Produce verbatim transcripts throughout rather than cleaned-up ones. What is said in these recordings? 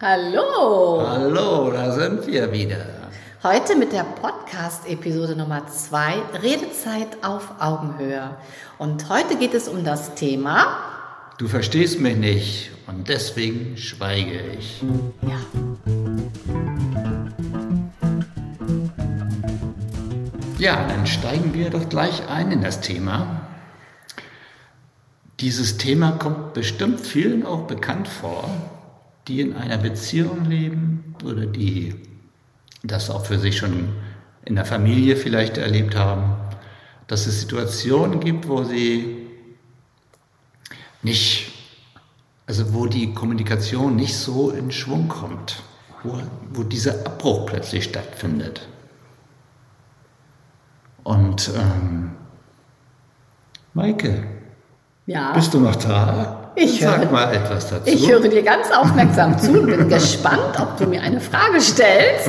Hallo! Hallo, da sind wir wieder. Heute mit der Podcast-Episode Nummer zwei, Redezeit auf Augenhöhe. Und heute geht es um das Thema... Du verstehst mich nicht und deswegen schweige ich. Ja. Ja, dann steigen wir doch gleich ein in das Thema. Dieses Thema kommt bestimmt vielen auch bekannt vor, die in einer Beziehung leben oder die das auch für sich schon in der Familie vielleicht erlebt haben, dass es Situationen gibt, wo sie nicht, also wo die Kommunikation nicht so in Schwung kommt, wo, wo dieser Abbruch plötzlich stattfindet. Und ähm, Maike, Ja. bist du noch da? Ich Sag höre, mal etwas dazu. Ich höre dir ganz aufmerksam zu und bin gespannt, ob du mir eine Frage stellst.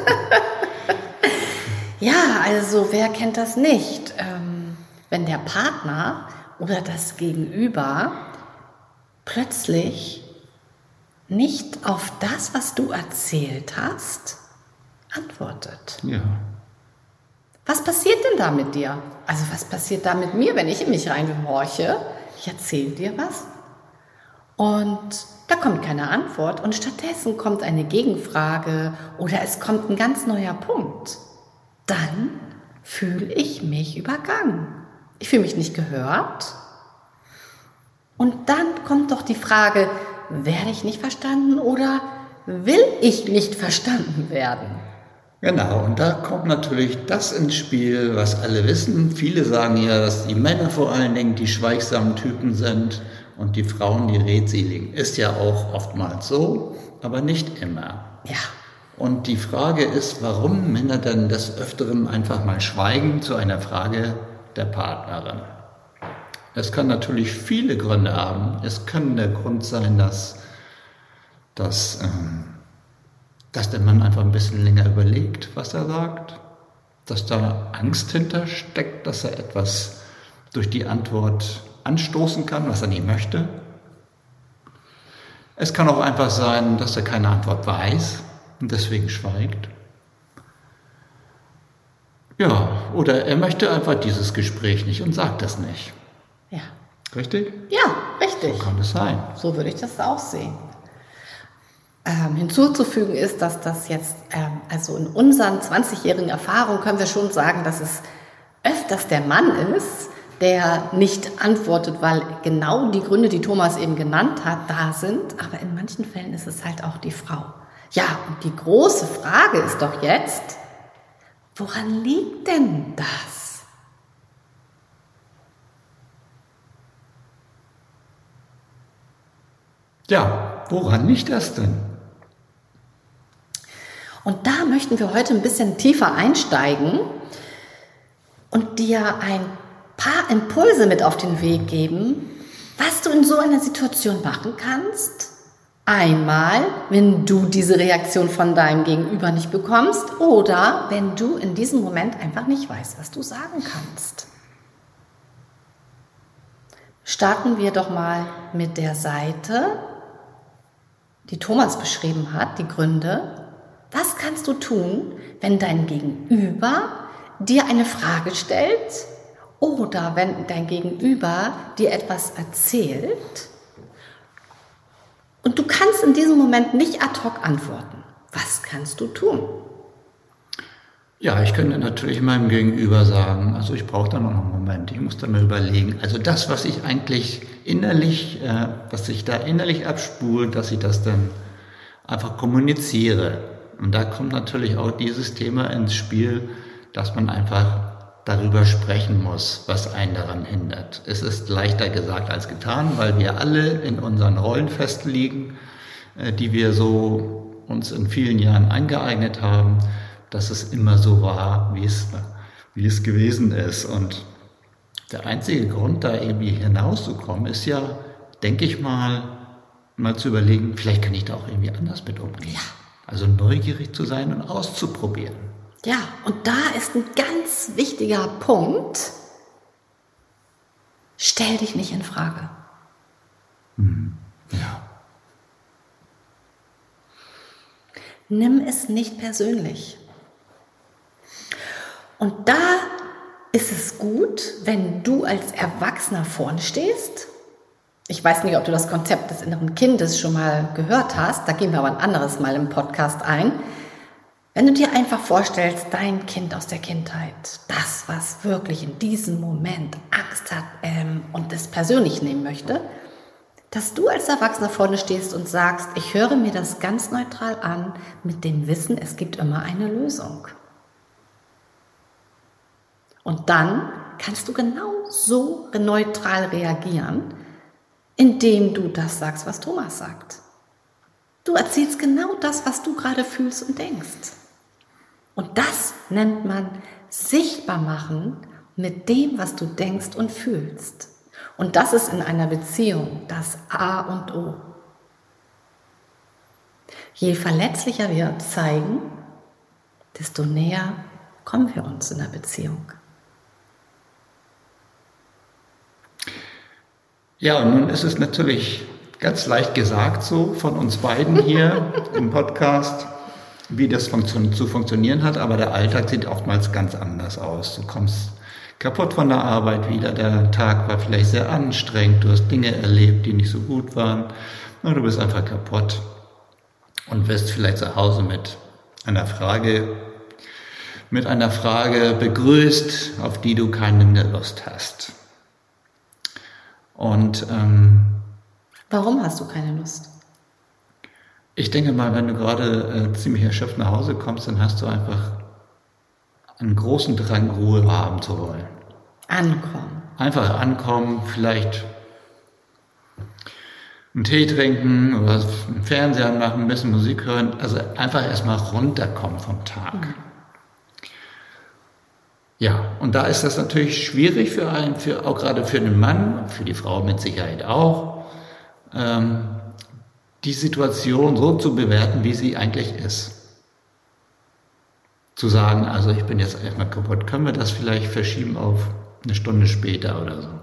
Ja, also wer kennt das nicht? Ähm, wenn der Partner oder das Gegenüber plötzlich nicht auf das, was du erzählt hast, antwortet. Ja. Was passiert denn da mit dir? Also was passiert da mit mir, wenn ich in mich reinhorche? Ich erzähle dir was und da kommt keine Antwort und stattdessen kommt eine Gegenfrage oder es kommt ein ganz neuer Punkt. Dann fühle ich mich übergangen. Ich fühle mich nicht gehört. Und dann kommt doch die Frage, werde ich nicht verstanden oder will ich nicht verstanden werden? Genau, und da kommt natürlich das ins Spiel, was alle wissen. Viele sagen ja, dass die Männer vor allen Dingen die schweigsamen Typen sind und die Frauen die redseligen. Ist ja auch oftmals so, aber nicht immer. Ja. Und die Frage ist, warum Männer dann des Öfteren einfach mal schweigen zu einer Frage der Partnerin. Es kann natürlich viele Gründe haben. Es kann der Grund sein, dass, dass, ähm, dass der Mann einfach ein bisschen länger überlegt, was er sagt. Dass da Angst hintersteckt, dass er etwas durch die Antwort anstoßen kann, was er nicht möchte. Es kann auch einfach sein, dass er keine Antwort weiß und deswegen schweigt. Ja, oder er möchte einfach dieses Gespräch nicht und sagt das nicht. Ja. Richtig? Ja, richtig. So kann es sein. So würde ich das auch sehen. Ähm, hinzuzufügen ist, dass das jetzt, ähm, also in unseren zwanzigjährigen Erfahrungen können wir schon sagen, dass es öfters der Mann ist, der nicht antwortet, weil genau die Gründe, die Thomas eben genannt hat, da sind. Aber in manchen Fällen ist es halt auch die Frau. Ja, und die große Frage ist doch jetzt, woran liegt denn das? Ja, woran liegt das denn? Und da möchten wir heute ein bisschen tiefer einsteigen und dir ein paar Impulse mit auf den Weg geben, was du in so einer Situation machen kannst. Einmal, wenn du diese Reaktion von deinem Gegenüber nicht bekommst oder wenn du in diesem Moment einfach nicht weißt, was du sagen kannst. Starten wir doch mal mit der Seite, die Thomas beschrieben hat, die Gründe. Was kannst du tun, wenn dein Gegenüber dir eine Frage stellt oder wenn dein Gegenüber dir etwas erzählt und du kannst in diesem Moment nicht ad hoc antworten? Was kannst du tun? Ja, ich könnte natürlich meinem Gegenüber sagen, also ich brauche da noch einen Moment, ich muss da mal überlegen. Also das, was ich eigentlich innerlich, äh, was sich da innerlich abspult, dass ich das dann einfach kommuniziere. Und da kommt natürlich auch dieses Thema ins Spiel, dass man einfach darüber sprechen muss, was einen daran hindert. Es ist leichter gesagt als getan, weil wir alle in unseren Rollen festliegen, äh, die wir so uns in vielen Jahren angeeignet haben, dass es immer so war, wie es, wie es gewesen ist. Und der einzige Grund, da irgendwie hinauszukommen, ist ja, denke ich mal, mal zu überlegen, vielleicht kann ich da auch irgendwie anders mit umgehen. Ja. Also neugierig zu sein und auszuprobieren. Ja, und da ist ein ganz wichtiger Punkt. Stell dich nicht in Frage. Hm. Ja. Nimm es nicht persönlich. Und da ist es gut, wenn du als Erwachsener vorne stehst. Ich weiß nicht, ob du das Konzept des inneren Kindes schon mal gehört hast. Da gehen wir aber ein anderes Mal im Podcast ein. Wenn du dir einfach vorstellst, dein Kind aus der Kindheit, das, was wirklich in diesem Moment Angst hat ähm, und das persönlich nehmen möchte, dass du als Erwachsener vorne stehst und sagst, ich höre mir das ganz neutral an, mit dem Wissen, es gibt immer eine Lösung. Und dann kannst du genau so neutral reagieren, indem du das sagst, was Thomas sagt. Du erzählst genau das, was du gerade fühlst und denkst. Und das nennt man sichtbar machen mit dem, was du denkst und fühlst. Und das ist in einer Beziehung das A und O. Je verletzlicher wir zeigen, desto näher kommen wir uns in der Beziehung. Ja, und nun ist es natürlich ganz leicht gesagt so von uns beiden hier im Podcast, wie das funktio- zu funktionieren hat, aber der Alltag sieht oftmals ganz anders aus. Du kommst kaputt von der Arbeit wieder, der Tag war vielleicht sehr anstrengend, du hast Dinge erlebt, die nicht so gut waren, und du bist einfach kaputt und wirst vielleicht zu Hause mit einer Frage, mit einer Frage begrüßt, auf die du keine Lust hast. Und ähm, warum hast du keine Lust? Ich denke mal, wenn du gerade äh, ziemlich erschöpft nach Hause kommst, dann hast du einfach einen großen Drang, Ruhe haben zu wollen. Ankommen. Einfach ankommen, vielleicht einen Tee trinken oder einen Fernseher anmachen, ein bisschen Musik hören. Also einfach erstmal runterkommen vom Tag. Mhm. Ja, und da ist das natürlich schwierig für einen, für, auch gerade für den Mann, für die Frau mit Sicherheit auch, ähm, die Situation so zu bewerten, wie sie eigentlich ist. Zu sagen, also ich bin jetzt erstmal kaputt, können wir das vielleicht verschieben auf eine Stunde später oder so.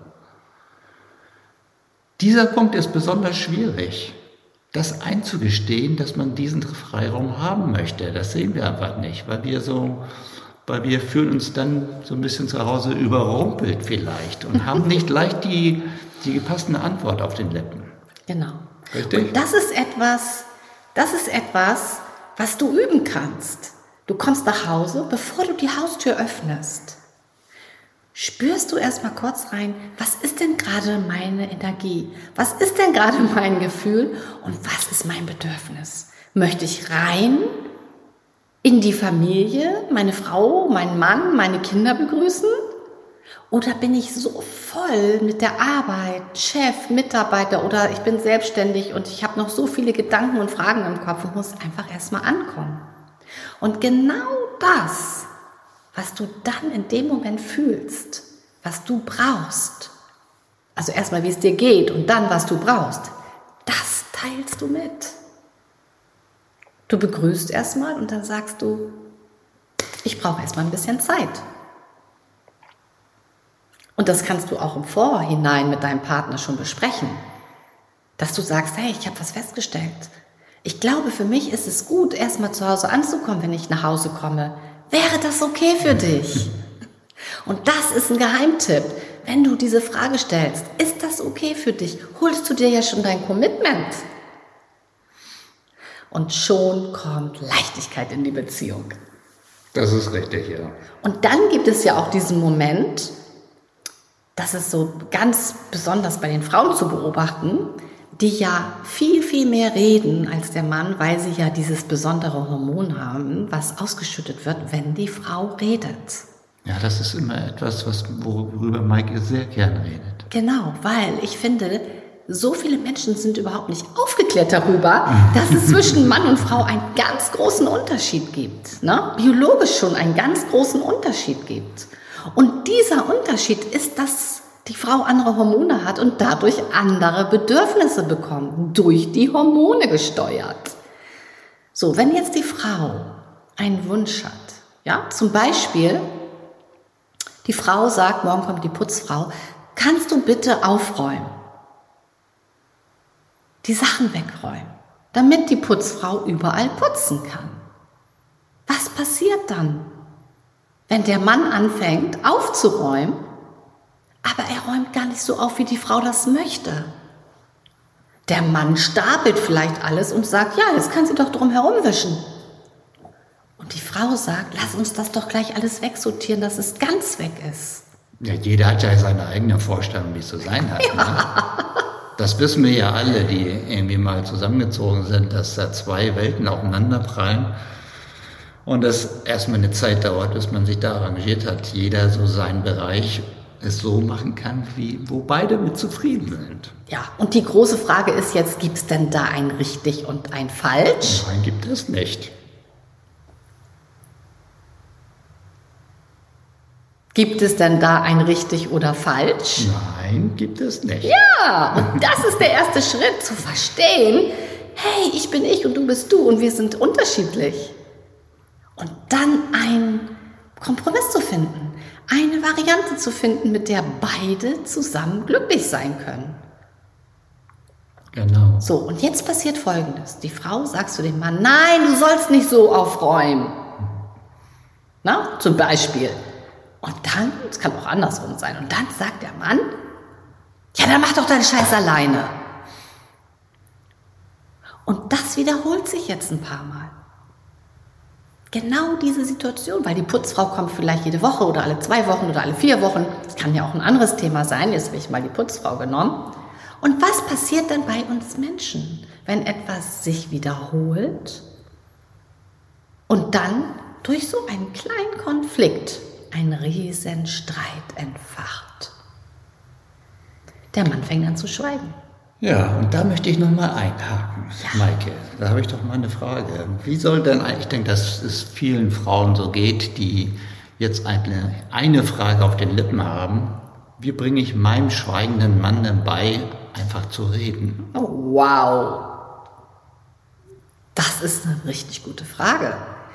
Dieser Punkt ist besonders schwierig, das einzugestehen, dass man diesen Freiraum haben möchte. Das sehen wir einfach nicht, weil wir so, weil wir fühlen uns dann so ein bisschen zu Hause überrumpelt vielleicht und haben nicht leicht die, die passende Antwort auf den Lippen. Genau. Richtig? Und das ist etwas, das ist etwas, was du üben kannst. Du kommst nach Hause, bevor du die Haustür öffnest, spürst du erstmal kurz rein, was ist denn gerade meine Energie? Was ist denn gerade mein Gefühl? Und was ist mein Bedürfnis? Möchte ich rein in die Familie, meine Frau, meinen Mann, meine Kinder begrüßen? Oder bin ich so voll mit der Arbeit, Chef, Mitarbeiter oder ich bin selbstständig und ich habe noch so viele Gedanken und Fragen im Kopf und muss einfach erstmal ankommen. Und genau das, was du dann in dem Moment fühlst, was du brauchst, also erstmal wie es dir geht und dann was du brauchst, das teilst du mit. Du begrüßt erstmal und dann sagst du, ich brauche erstmal ein bisschen Zeit. Und das kannst du auch im Vorhinein mit deinem Partner schon besprechen. Dass du sagst, hey, ich habe was festgestellt. Ich glaube, für mich ist es gut, erstmal zu Hause anzukommen, wenn ich nach Hause komme. Wäre das okay für dich? Und das ist ein Geheimtipp. Wenn du diese Frage stellst, ist das okay für dich? Holst du dir ja schon dein Commitment. Und schon kommt Leichtigkeit in die Beziehung. Das ist richtig, ja. Und dann gibt es ja auch diesen Moment, das ist so ganz besonders bei den Frauen zu beobachten, die ja viel, viel mehr reden als der Mann, weil sie ja dieses besondere Hormon haben, was ausgeschüttet wird, wenn die Frau redet. Ja, das ist immer etwas, was, worüber Maike sehr gerne redet. Genau, weil ich finde, so viele Menschen sind überhaupt nicht aufgeklärt darüber, dass es zwischen Mann und Frau einen ganz großen Unterschied gibt. Ne? Biologisch schon einen ganz großen Unterschied gibt. Und dieser Unterschied ist, dass die Frau andere Hormone hat und dadurch andere Bedürfnisse bekommt, durch die Hormone gesteuert. So, wenn jetzt die Frau einen Wunsch hat, ja, zum Beispiel, die Frau sagt, morgen kommt die Putzfrau, kannst du bitte aufräumen? Die Sachen wegräumen, damit die Putzfrau überall putzen kann. Was passiert dann, wenn der Mann anfängt aufzuräumen, aber er räumt gar nicht so auf, wie die Frau das möchte? Der Mann stapelt vielleicht alles und sagt, ja, jetzt kann sie doch drum herum wischen. Und die Frau sagt, lass uns das doch gleich alles wegsortieren, dass es ganz weg ist. Ja, jeder hat ja seine eigene Vorstellung, wie es zu sein hat. Ja. Ne? Das wissen wir ja alle, die irgendwie mal zusammengezogen sind, dass da zwei Welten aufeinanderprallen und das erstmal eine Zeit dauert, bis man sich da arrangiert hat, jeder so seinen Bereich es so machen kann, wie, wo beide mit zufrieden sind. Ja, und die große Frage ist jetzt, gibt es denn da ein richtig und ein falsch? Nein, gibt es nicht. Gibt es denn da ein richtig oder falsch? Nein, gibt es nicht. Ja, und das ist der erste Schritt, zu verstehen, hey, ich bin ich und du bist du und wir sind unterschiedlich. Und dann einen Kompromiss zu finden, eine Variante zu finden, mit der beide zusammen glücklich sein können. Genau. So, und jetzt passiert Folgendes. Die Frau sagt zu dem Mann, nein, du sollst nicht so aufräumen. Na, zum Beispiel. Und dann, es kann auch andersrum sein, und dann sagt der Mann, ja, dann mach doch deinen Scheiß alleine. Und das wiederholt sich jetzt ein paar Mal. Genau diese Situation, weil die Putzfrau kommt vielleicht jede Woche oder alle zwei Wochen oder alle vier Wochen. Das kann ja auch ein anderes Thema sein, jetzt habe ich mal die Putzfrau genommen. Und was passiert denn bei uns Menschen, wenn etwas sich wiederholt und dann durch so einen kleinen Konflikt ein riesen Streit entfacht? Der Mann fängt an zu schweigen. Ja, und da möchte ich nochmal einhaken, ja. Maike. Da habe ich doch mal eine Frage. Wie soll denn, ich denke, dass es vielen Frauen so geht, die jetzt eine, eine Frage auf den Lippen haben. Wie bringe ich meinem schweigenden Mann denn bei, einfach zu reden? Oh, wow. Das ist eine richtig gute Frage.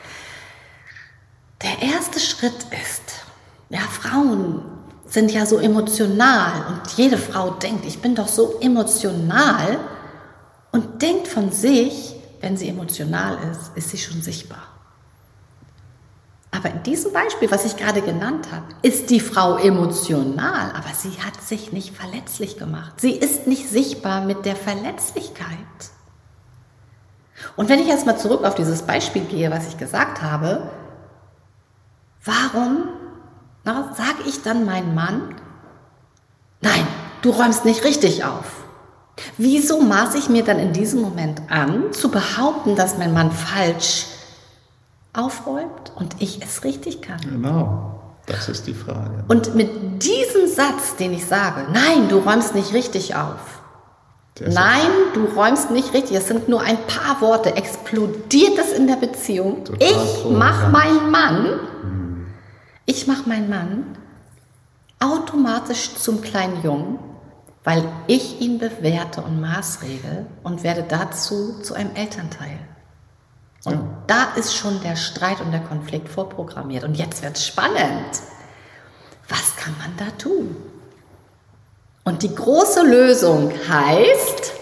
Der erste Schritt ist, ja, Frauen sind ja so emotional und jede Frau denkt, ich bin doch so emotional und denkt von sich, wenn sie emotional ist, ist sie schon sichtbar. Aber in diesem Beispiel, was ich gerade genannt habe, ist die Frau emotional, aber sie hat sich nicht verletzlich gemacht. Sie ist nicht sichtbar mit der Verletzlichkeit. Und wenn ich jetzt mal zurück auf dieses Beispiel gehe, was ich gesagt habe, warum Na, sage ich dann meinem Mann, nein, du räumst nicht richtig auf. Wieso maße ich mir dann in diesem Moment an, zu behaupten, dass mein Mann falsch aufräumt und ich es richtig kann? Genau, das ist die Frage. Und mit diesem Satz, den ich sage, nein, du räumst nicht richtig auf. Nein, du räumst nicht richtig. Es sind nur ein paar Worte. Explodiert es in der Beziehung? Total ich mache meinen Mann... Ich mache meinen Mann automatisch zum kleinen Jungen, weil ich ihn bewerte und maßregel und werde dazu zu einem Elternteil. Und ja. Da ist schon der Streit und der Konflikt vorprogrammiert. Und jetzt wird es spannend. Was kann man da tun? Und die große Lösung heißt,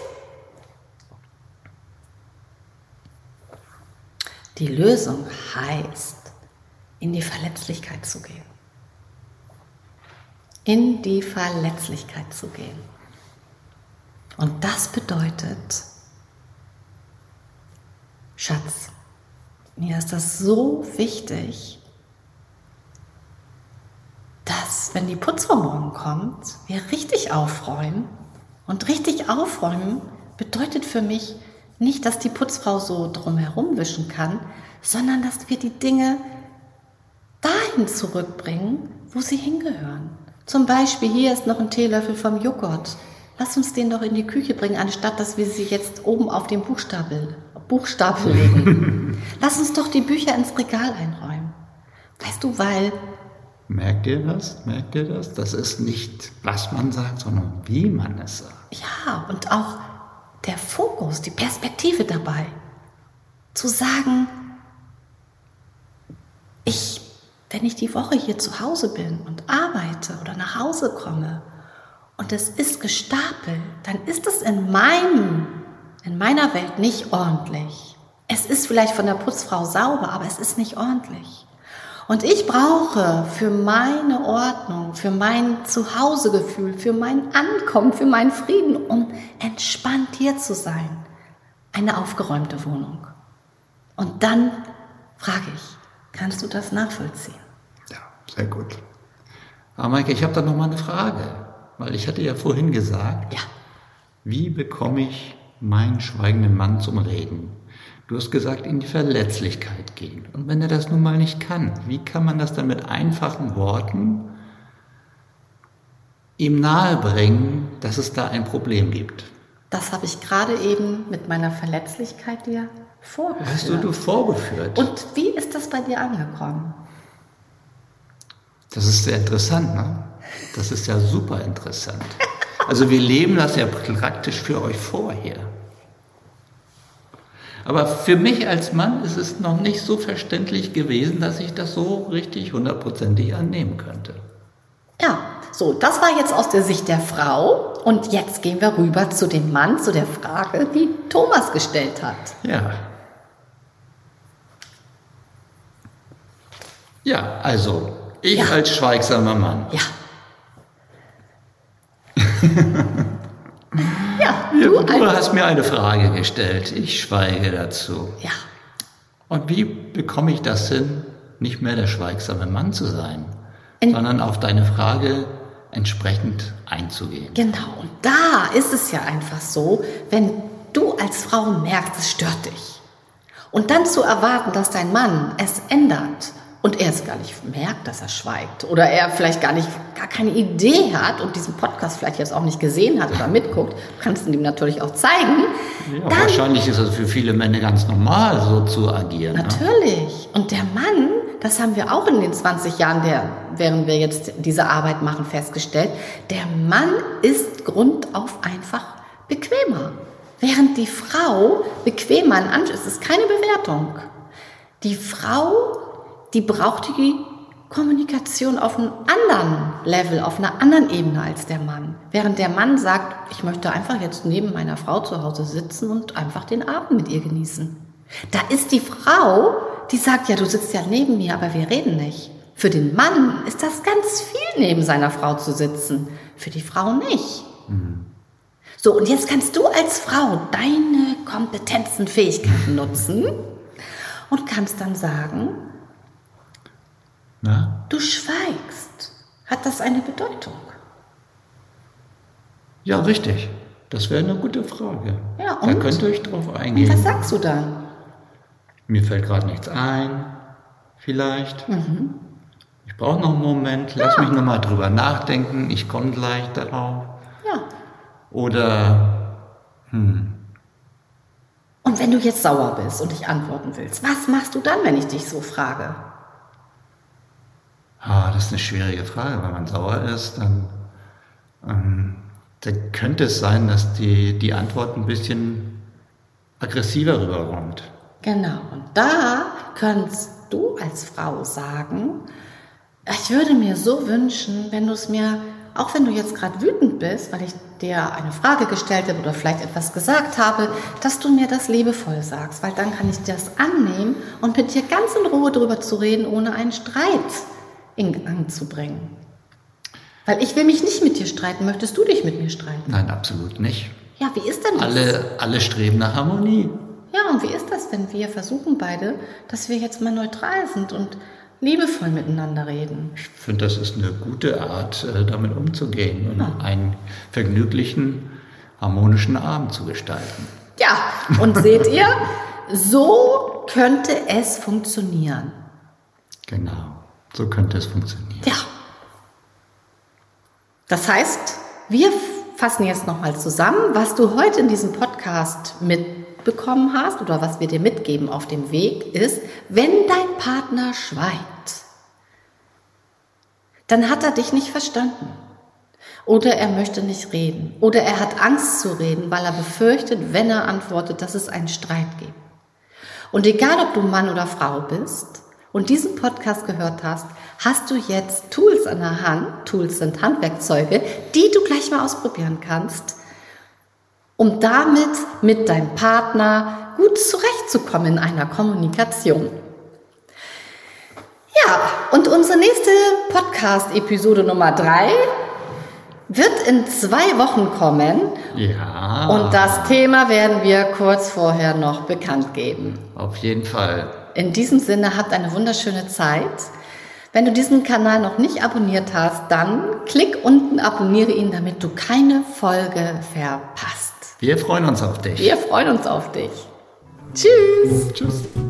die Lösung heißt, in die Verletzlichkeit zu gehen. In die Verletzlichkeit zu gehen. Und das bedeutet, Schatz, mir ist das so wichtig, dass, wenn die Putzfrau morgen kommt, wir richtig aufräumen. Und richtig aufräumen bedeutet für mich nicht, dass die Putzfrau so drumherum wischen kann, sondern dass wir die Dinge dahin zurückbringen, wo sie hingehören. Zum Beispiel, hier ist noch ein Teelöffel vom Joghurt. Lass uns den doch in die Küche bringen, anstatt dass wir sie jetzt oben auf den Buchstapel, Buchstapel legen. Lass uns doch die Bücher ins Regal einräumen. Weißt du, weil... Merkt ihr das? Merkt ihr das? Das ist nicht, was man sagt, sondern wie man es sagt. Ja, und auch der Fokus, die Perspektive dabei. Zu sagen, ich... Wenn ich die Woche hier zu Hause bin und arbeite oder nach Hause komme und es ist gestapelt, dann ist es in meinem, in meiner Welt nicht ordentlich. Es ist vielleicht von der Putzfrau sauber, aber es ist nicht ordentlich. Und ich brauche für meine Ordnung, für mein Zuhausegefühl, für mein Ankommen, für meinen Frieden, um entspannt hier zu sein, eine aufgeräumte Wohnung. Und dann frage ich, kannst du das nachvollziehen? Ja, sehr gut. Aber Maike, ich habe da noch mal eine Frage, weil ich hatte ja vorhin gesagt, ja. Wie bekomme ich meinen schweigenden Mann zum Reden? Du hast gesagt, in die Verletzlichkeit gehen. Und wenn er das nun mal nicht kann, wie kann man das dann mit einfachen Worten ihm nahebringen, dass es da ein Problem gibt? Das habe ich gerade eben mit meiner Verletzlichkeit dir vorgeführt. Hast du, du vorgeführt? Und wie ist das bei dir angekommen? Das ist sehr interessant, ne? Das ist ja super interessant. Also wir leben das ja praktisch für euch vor hier. Aber für mich als Mann ist es noch nicht so verständlich gewesen, dass ich das so richtig hundertprozentig annehmen könnte. Ja, so, das war jetzt aus der Sicht der Frau. Und jetzt gehen wir rüber zu dem Mann, zu der Frage, die Thomas gestellt hat. Ja. Ja, also, ich Ja. als schweigsamer Mann. Ja. ja, Du, du, du als, hast mir eine Frage gestellt. Ich schweige dazu. ja. Und wie bekomme ich das hin, nicht mehr der schweigsame Mann zu sein, In- sondern auf deine Frage entsprechend einzugehen? Genau, und da ist es ja einfach so, wenn du als Frau merkst, es stört dich. Und dann zu erwarten, dass dein Mann es ändert und er es gar nicht merkt, dass er schweigt oder er vielleicht gar nicht, gar keine Idee hat und diesen Podcast vielleicht jetzt auch nicht gesehen hat oder mitguckt, kannst du ihm natürlich auch zeigen. Ja, dann, wahrscheinlich ist es für viele Männer ganz normal, so zu agieren. Ne? Natürlich. Und der Mann, das haben wir auch in den zwanzig Jahren, der, während wir jetzt diese Arbeit machen, festgestellt, der Mann ist grundauf einfach bequemer. Während die Frau bequemer in Anschluss, es ist keine Bewertung. Die Frau, die braucht die Kommunikation auf einem anderen Level, auf einer anderen Ebene als der Mann. Während der Mann sagt, ich möchte einfach jetzt neben meiner Frau zu Hause sitzen und einfach den Abend mit ihr genießen. Da ist die Frau, die sagt, ja, du sitzt ja neben mir, aber wir reden nicht. Für den Mann ist das ganz viel, neben seiner Frau zu sitzen. Für die Frau nicht. Mhm. So, und jetzt kannst du als Frau deine Kompetenzen, Fähigkeiten nutzen und kannst dann sagen, Na? du schweigst. Hat das eine Bedeutung? Ja, richtig. Das wäre eine gute Frage. Ja, da und? könnt ihr euch drauf Und eingehen. was sagst du dann? Mir fällt gerade nichts ein, vielleicht. Mhm. Ich brauche noch einen Moment, lass Ja. mich noch mal drüber nachdenken, ich komme gleich darauf. Ja. Oder, hm, Und wenn du jetzt sauer bist und ich antworten willst, was machst du dann, wenn ich dich so frage? ah, das ist eine schwierige Frage. Wenn man sauer ist, dann, ähm, dann könnte es sein, dass die, die Antwort ein bisschen aggressiver rüberkommt. Genau. Und da kannst du als Frau sagen, ich würde mir so wünschen, wenn du es mir, auch wenn du jetzt gerade wütend bist, weil ich dir eine Frage gestellt habe oder vielleicht etwas gesagt habe, dass du mir das liebevoll sagst, weil dann kann ich dir das annehmen und mit dir ganz in Ruhe drüber zu reden, ohne einen Streit in Gang zu bringen. Weil ich will mich nicht mit dir streiten. Möchtest du dich mit mir streiten? Nein, absolut nicht. Ja, wie ist denn das? Alle, alle streben nach Harmonie. Ja, und wie ist das, wenn wir versuchen beide, dass wir jetzt mal neutral sind und liebevoll miteinander reden? Ich finde, das ist eine gute Art, äh, damit umzugehen und Ja. einen vergnüglichen, harmonischen Abend zu gestalten. Ja, und seht ihr, so könnte es funktionieren. Genau, so könnte es funktionieren. Ja. Das heißt, wir fassen jetzt nochmal zusammen, was du heute in diesem Podcast mitbekommen hast oder was wir dir mitgeben auf dem Weg ist, wenn dein Partner schweigt, dann hat er dich nicht verstanden. Oder er möchte nicht reden. Oder er hat Angst zu reden, weil er befürchtet, wenn er antwortet, dass es einen Streit gibt. Und egal, ob du Mann oder Frau bist und diesen Podcast gehört hast, hast du jetzt Tools an der Hand. Tools sind Handwerkzeuge, die du gleich mal ausprobieren kannst, um damit mit deinem Partner gut zurechtzukommen in einer Kommunikation. Ja, und unsere nächste Podcast-Episode Nummer drei wird in zwei Wochen kommen. Ja. Und das Thema werden wir kurz vorher noch bekannt geben. Auf jeden Fall. In diesem Sinne, habt eine wunderschöne Zeit. Wenn du diesen Kanal noch nicht abonniert hast, dann klick unten, abonniere ihn, damit du keine Folge verpasst. Wir freuen uns auf dich. Wir freuen uns auf dich. Tschüss. Tschüss.